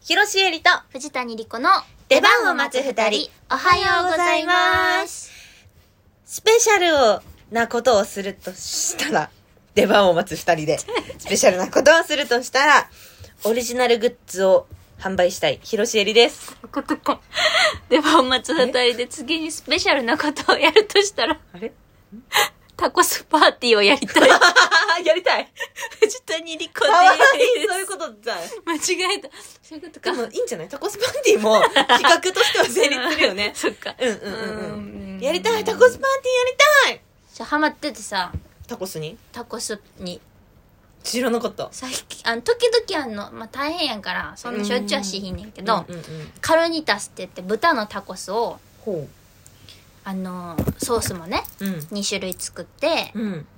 広瀬えりと藤谷莉子の出番を待つ二人、 おはようございます。 スペシャルなことをするとしたら、出番を待つ二人でスペシャルなことをするとしたら、オリジナルグッズを販売したい広瀬えりです。 ことか出番を待つ二人で次にスペシャルなことをやるとしたら、 あれタコスパーティーをやりたい。 やりたい。 藤谷莉子でかわいい。そういうことじゃん。 間違えた。そういうことか。 でもいいんじゃない？タコスパーティーも企画としては成立するよね。 そっか。 やりたい。タコスパーティーやりたい。 じゃあハマっててさ、 タコスに知らなかった。 最近時々まあ、大変やからそんなしょっちゅうはしひんねんけど、カルニタスって言って豚のタコスをほうソースもね、2種類作って、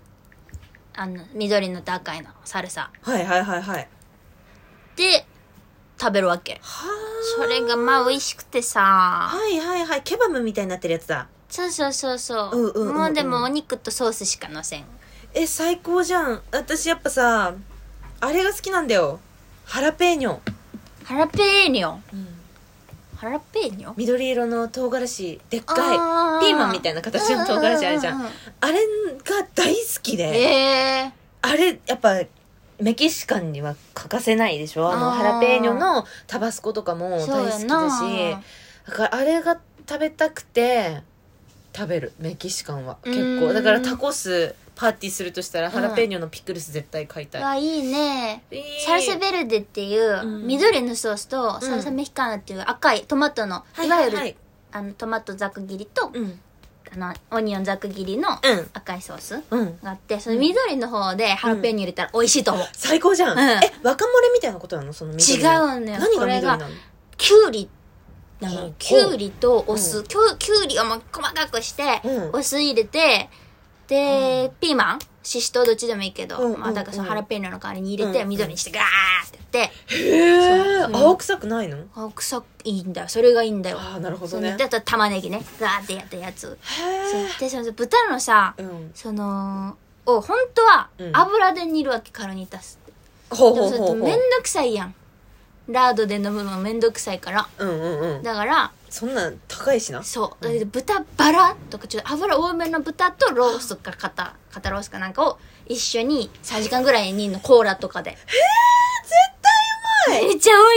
緑のと赤いのサルサはいはいはいはいで食べるわけ。それがまあ美味しくてさ、 はいはいはい、ケバブみたいになってるやつだ。 そうもうでもお肉とソースしかのせん。 最高じゃん。私やっぱさあれが好きなんだよ、ハラペーニョ。 ハラペーニョ、ハラペーニョ、 緑色の唐辛子、でっかいピーマンみたいな形の唐辛子あるじゃん。あれが大好きで、あれやっぱメキシカンには欠かせないでしょ。ハラペーニョのタバスコとかも大好きだし、だからあれが食べたくて食べる。メキシカンは結構だからタコスパーティーするとしたらハラペーニョのピクルス絶対買いたい。 いいね。サルサベルデっていう緑のソースとサルサメヒカーナっていう赤いトマトの、いわゆるトマトざく切りとオニオンざく切りの赤いソースがあって、その緑の方でハラペーニョ入れたら美味しいと思う。 最高じゃん。若漏れみたいなことなの？その緑の違うのよ。 何が緑なの？ キュウリなの。キュウリとお酢、キュウリをもう細かくしてお酢入れて、でピーマンシシトウどっちでもいいけど、まあだからそのハラペーニョの代わりに入れて緑にしてガーってやって、 へー、青臭くないの？ 青臭いいんだよ、それがいいんだよ。 なるほどね。 であと玉ねぎねガーってやったやつで、その豚のさ、そのを本当は油で煮るわけ、カルニタスって。でもそれってめんどくさいやん、ラードで飲むのめんどくさいから、だからそんなん高いしな。 そう、豚バラとかちょっと油多めの豚とロースか肩ロースかなんかを一緒に3時間ぐらい煮るの、コーラとかで。 絶対うまい。 めっちゃ美味しい。めっちゃ食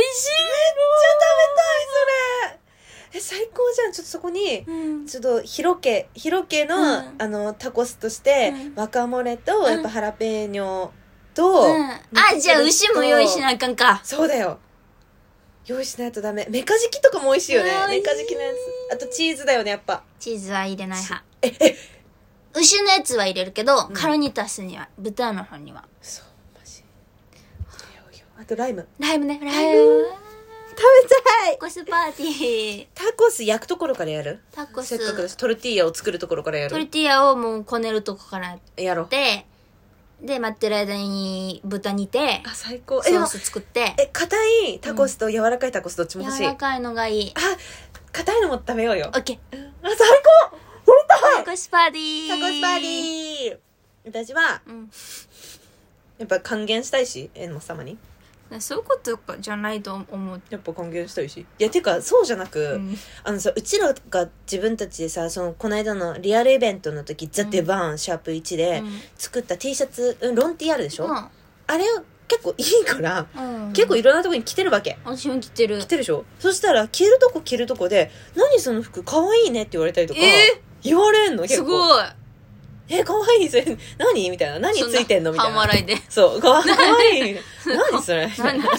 べたいそれ。最高じゃん。ちょっとそこに、ちょっと広家の、タコスとして、若漏れと、やっぱハラペーニョと、 じゃあ牛も用意しなあかんか。 そうだよ。用意しないとダメ。メカジキとかも美味しいよね。メカジキのやつ。あとチーズだよね、やっぱ。 チーズは入れない派。牛のやつは入れるけど、カルニタスには、豚の方には。 そう、マジ。あとライム。 ライムね、 食べたい。 タコスパーティー。 タコス焼くところからやる？ タコス。 せっかくだし、トルティーヤを作るところからやる？ トルティーヤをもうこねるとこからやろう。 で、待ってる間に豚煮て、 最高。 ソース作って。 硬いタコスと柔らかいタコスどっちも欲しい。 柔らかいのがいい。 硬いのも食べようよ。 オッケー。 最高。やりたい。 タコスパーティー。 タコスパーティー。私は、やっぱ還元したいし、エンマ様に。 そういうことかじゃないと思う。 やっぱ還元したいし。いや、てか、そうじゃなく、うちらが自分たちでさ、この間のリアルイベントの時、ザ・デバーンシャープ1で作った T シャツ、ロン T あるでしょ？あれ結構いいから、結構いろんなとこに着てるわけ。 私も着てるでしょ？そしたら、着るとこで、何その服かわいいねって言われたりとか、言われんの結構。すごい。かわいいそれ何みたいな。何ついてんのみたいな。 半笑いで。 そう、かわいい。何それ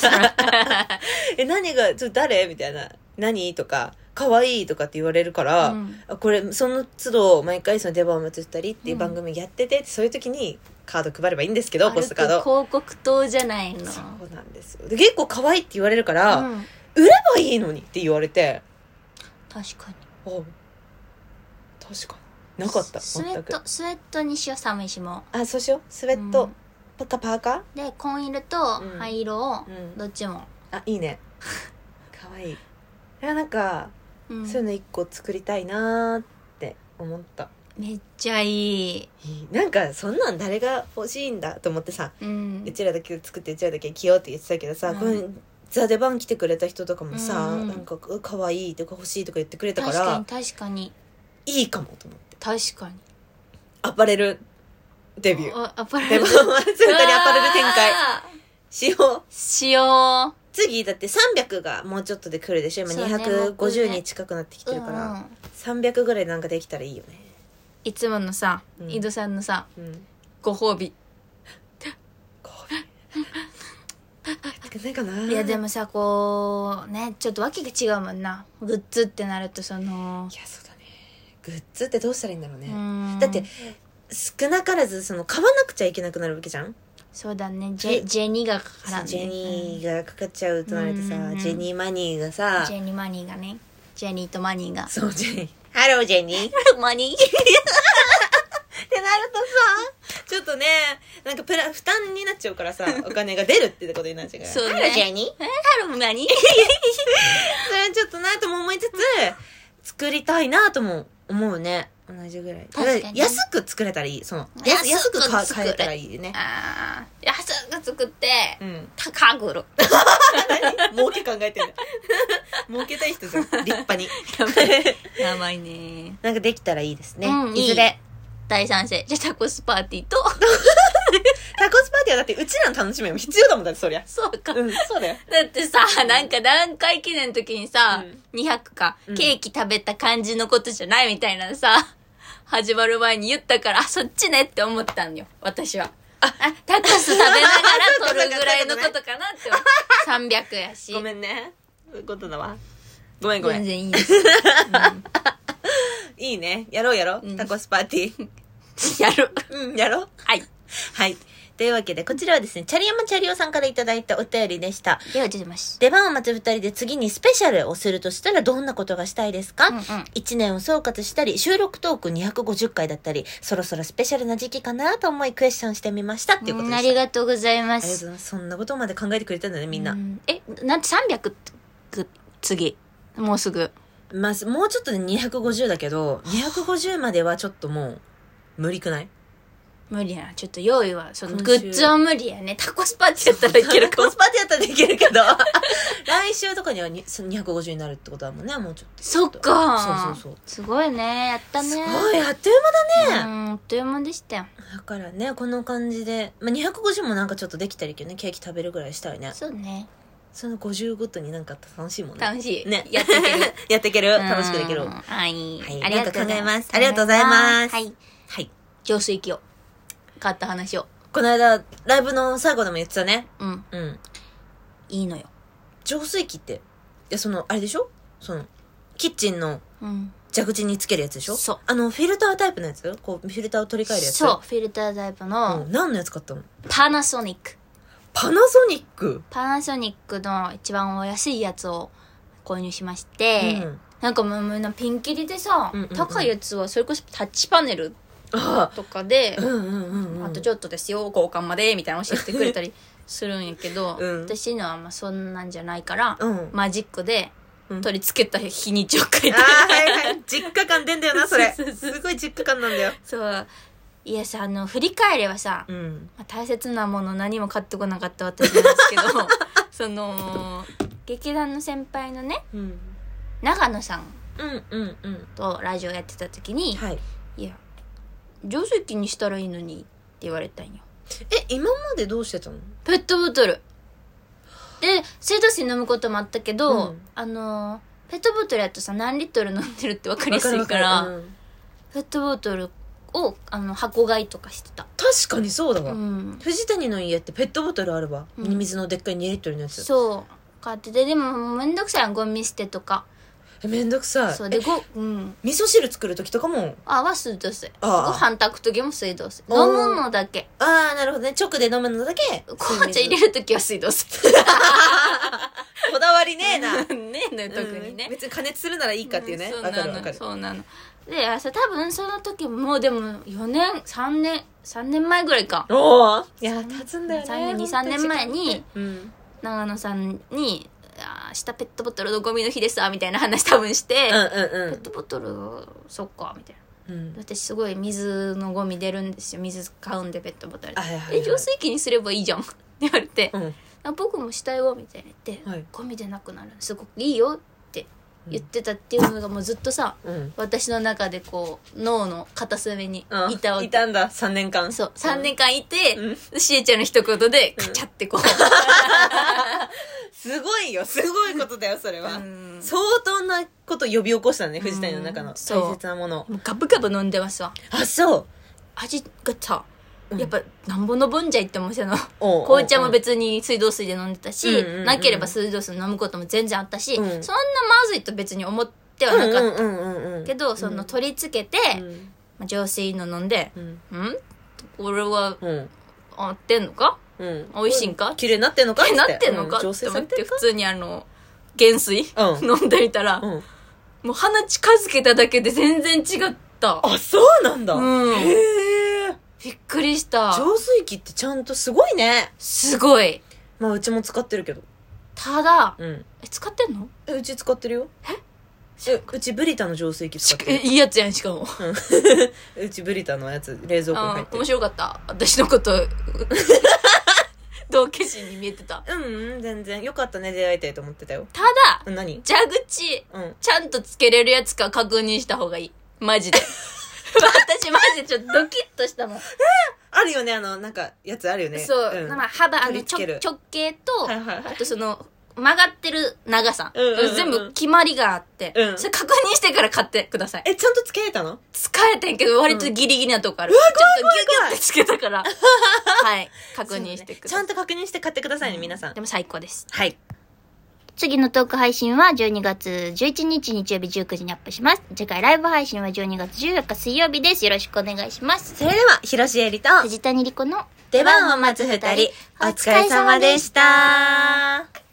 何が、誰みたいな。何とか、かわいいとかって言われるから、これ、その都度、毎回その出番を待つ2人っていう番組やってて、そういう時にカード配ればいいんですけど、ポストカード。 広告塔じゃないの。 そうなんですよ。で結構かわいいって言われるから、売ればいいのにって言われて。 確かに。 確かに。なかった。 スウェットにしよう、寒いしも。 そうしよう。スウェット、パーカーで、紺色と灰色を、どっちも。 いいね。かわいい。なんか、そういうの一個作りたいなーって思った。 めっちゃいい。 なんかそんなん誰が欲しいんだと思ってさ、うちらだけ作ってうちらだけ着ようって言ってたけどさ、これザ・出番来てくれた人とかもさ、 うんなんか可愛いとか欲しいとか言ってくれたか確からに確かにいいかもと思って。 確かにアパレルデビュー。 アパレルでもセンターにアパレル展開しよう。次だって300がもうちょっとで来るでしょ。今250に近くなってきてるから、300ぐらいなんかできたらいいよね。 いつものさ、井戸さんのさ、ご褒美ご褒美やってくんないかな。 いやでもさ、こうね、ちょっとわけが違うもんな、グッズってなると。いや、 そうだね、グッズってどうしたらいいんだろうね。だって少なからず買わなくちゃいけなくなるわけじゃん。 そうだね。ジェニーがかかる、 ジェニーがかかっちゃうとなるとさ、ジェニーマニーがさ、 ジェニーマニーがね、ジェニーとマニーが、 そう、ジェニー、ハロージェニーマニーってなるとさ、ちょっとね、なんか負担になっちゃうからさ、お金が出るってことになっちゃうから。 そうね。 ハロージェニー、 ハローマニーそれちょっとなとも思いつつ、作りたいなとも思うね。同じぐらい。 確かに安く作れたらいい。安く買えたらいいね。 安く作って、高く売る。 儲け考えてる。儲けたい人じゃん。立派に。 やばいね。 なんかできたらいいですね。いずれ。 大賛成。じゃあタコスパーティーと。 タコスパーティーはだってうちらの楽しみも必要だもんだって、そりゃ。 そうか。 そうだよ。 だってさ、なんか何回記念の時にさ、200か、ケーキ食べた感じのことじゃないみたいなさ、始まる前に言ったから、そっちねって思ったんよ、私は。タコス食べながら撮るぐらいのことかなって思う。300やし。 ごめんね。そういうことだわ。ごめん。 全然いいです。 いいね。やろう。タコスパーティー。 やる。 やろう。 はい。 はい。というわけで、こちらはですね、チャリヤマチャリオさんからいただいたお便りでした。 では出てます。 出番を待つ二人で次にスペシャルをするとしたらどんなことがしたいですか？1年を総括したり、収録トーク250回だったり、そろそろスペシャルな時期かなと思いクエスチョンしてみましたっていうことでした。 ありがとうございます。ありがとうございます。そんなことまで考えてくれたんだね、みんな。 なんて300次。もうすぐ。 まあ、もうちょっとで250だけど、250まではちょっともう、無理くない？ 無理やな。ちょっと用意は、グッズは無理やね。タコスパーティーやったらいけるかも。 タコスパーティーやったらいけるけど、来週とかには250になるってことだもんね、もうちょっと。 そっか。 そう。 すごいね。やったね。すごい、あっという間だね。あっという間でしたよ。 だからね、この感じで、まあ、250もなんかちょっとできたらいいけどね、ケーキ食べるぐらいしたいね。 そうね。 その50ごとになんか楽しいもんね。 楽しい。 ね。 やっていける。 やっていける。楽しくできる。 はい。 ありがとうございます。ありがとうございます。 はい。浄水器を買った話を。 この間、ライブの最後でも言ってたね。 いいのよ。 浄水器って、あれでしょ？キッチンの蛇口につけるやつでしょ？そう。フィルタータイプのやつ？こう、フィルターを取り替えるやつ？ そう、フィルタータイプの。 何のやつ買ったの？ パナソニック。 パナソニック？ パナソニックの一番お安いやつを購入しまして、なんかもうピンキリでさ、高いやつはそれこそタッチパネルとかで、あとちょっとですよ、交換までみたいなの教えてくれたりするんやけど、私のはまあそんなんじゃないから、マジックで取り付けた日にちを書いて、 実家感出んだよな、それ。すごい実家感なんだよ。 そう。いやさ、振り返ればさ、大切なもの何も買ってこなかった私なんですけど、劇団の先輩のね、長野さんとラジオやってた時に、いや、浄水器にしたらいいのにって言われたんよ。 今までどうしてたの？ ペットボトル。で、水道水飲むこともあったけど、ペットボトルやとさ、何リットル飲んでるって分かりやすいから、ペットボトルを箱買いとかしてた。 確かにそうだわ。藤谷の家ってペットボトルあるわ。水のでっかい2リットルのやつ。 そう。買ってて、でもめんどくさいやん、ゴミ捨てとか。 めんどくさい。 そうで、味噌汁作る時とかもは水道水。ご飯炊く時も水道水。飲むのだけ。 なるほどね。直で飲むのだけ。 紅茶入れる時は水道水。 こだわりねえな。 ねえのよ、特にね。 別に加熱するならいいかっていうね。わかるわかる。 そうなの。で、多分その時もでも3年前ぐらいか。 いや、経つんだよね。 2、3年前に、長野さんに、明日ペットボトルのゴミの日ですわみたいな話多分して、ペットボトルそっかみたいな、私すごい水のゴミ出るんですよ、水買うんでペットボトルで、浄水器にすればいいじゃんって言われて、 僕もしたよみたいな言って、 はい、 ゴミでなくなるすごくいいよって言ってたっていうのがもうずっとさ、私の中でこう脳の片隅にいたわけ。 いたんだ、3年間。 そう、3年間いて、しえちゃんの一言でカチャってこう、 すごいよ、すごいことだよそれは。相当なこと呼び起こしたね、藤谷の中の大切なもの。 もうガブガブ飲んでますわ。 あ、そう。 味がさ、やっぱなんぼのぼんじゃいってお店の紅茶も別に水道水で飲んでたし、なければ水道水飲むことも全然あったし、そんなまずいと別に思ってはなかったけど、その取り付けて、浄水の飲んで、俺は合ってんのか、美味しいんか、 綺麗になってんのかってなってんのかって思って普通に原水飲んでみたら、もう鼻近づけただけで全然違った。 あ、そうなんだ。へえ。 びっくりした。 浄水器ってちゃんとすごいね。 すごい。 まあうちも使ってるけど。 ただ、使ってんの？ うち使ってるよ。うちブリタの浄水器使ってる。 いいやつやん、しかも。 うちブリタのやつ冷蔵庫に入ってる。 面白かった。私のこと同化心に見えてた。 全然よかったね、出会いたいと思ってたよ。 ただ、 何？ 蛇口、ちゃんとつけれるやつか確認した方がいい。マジで。私マジでちょっとドキッとしたもん。 あるよね、なんかやつあるよね。 そう、まあ幅直径と、あとその曲がってる長さ、全部決まりがあって、それ確認してから買ってください。 ちゃんとつけれたの？ 使えてんけど割とギリギリなとこある。ちょっとギュギュってつけたからはい、確認してください。 ちゃんと確認して買ってくださいね、皆さん。 でも最高です。 はい。 次のトーク配信は12月11日日曜日19時にアップします。次回ライブ配信は12月14日水曜日です。よろしくお願いします。 それでは、広瀬えりと藤谷莉子の出番を待つ2人、お疲れ様でした。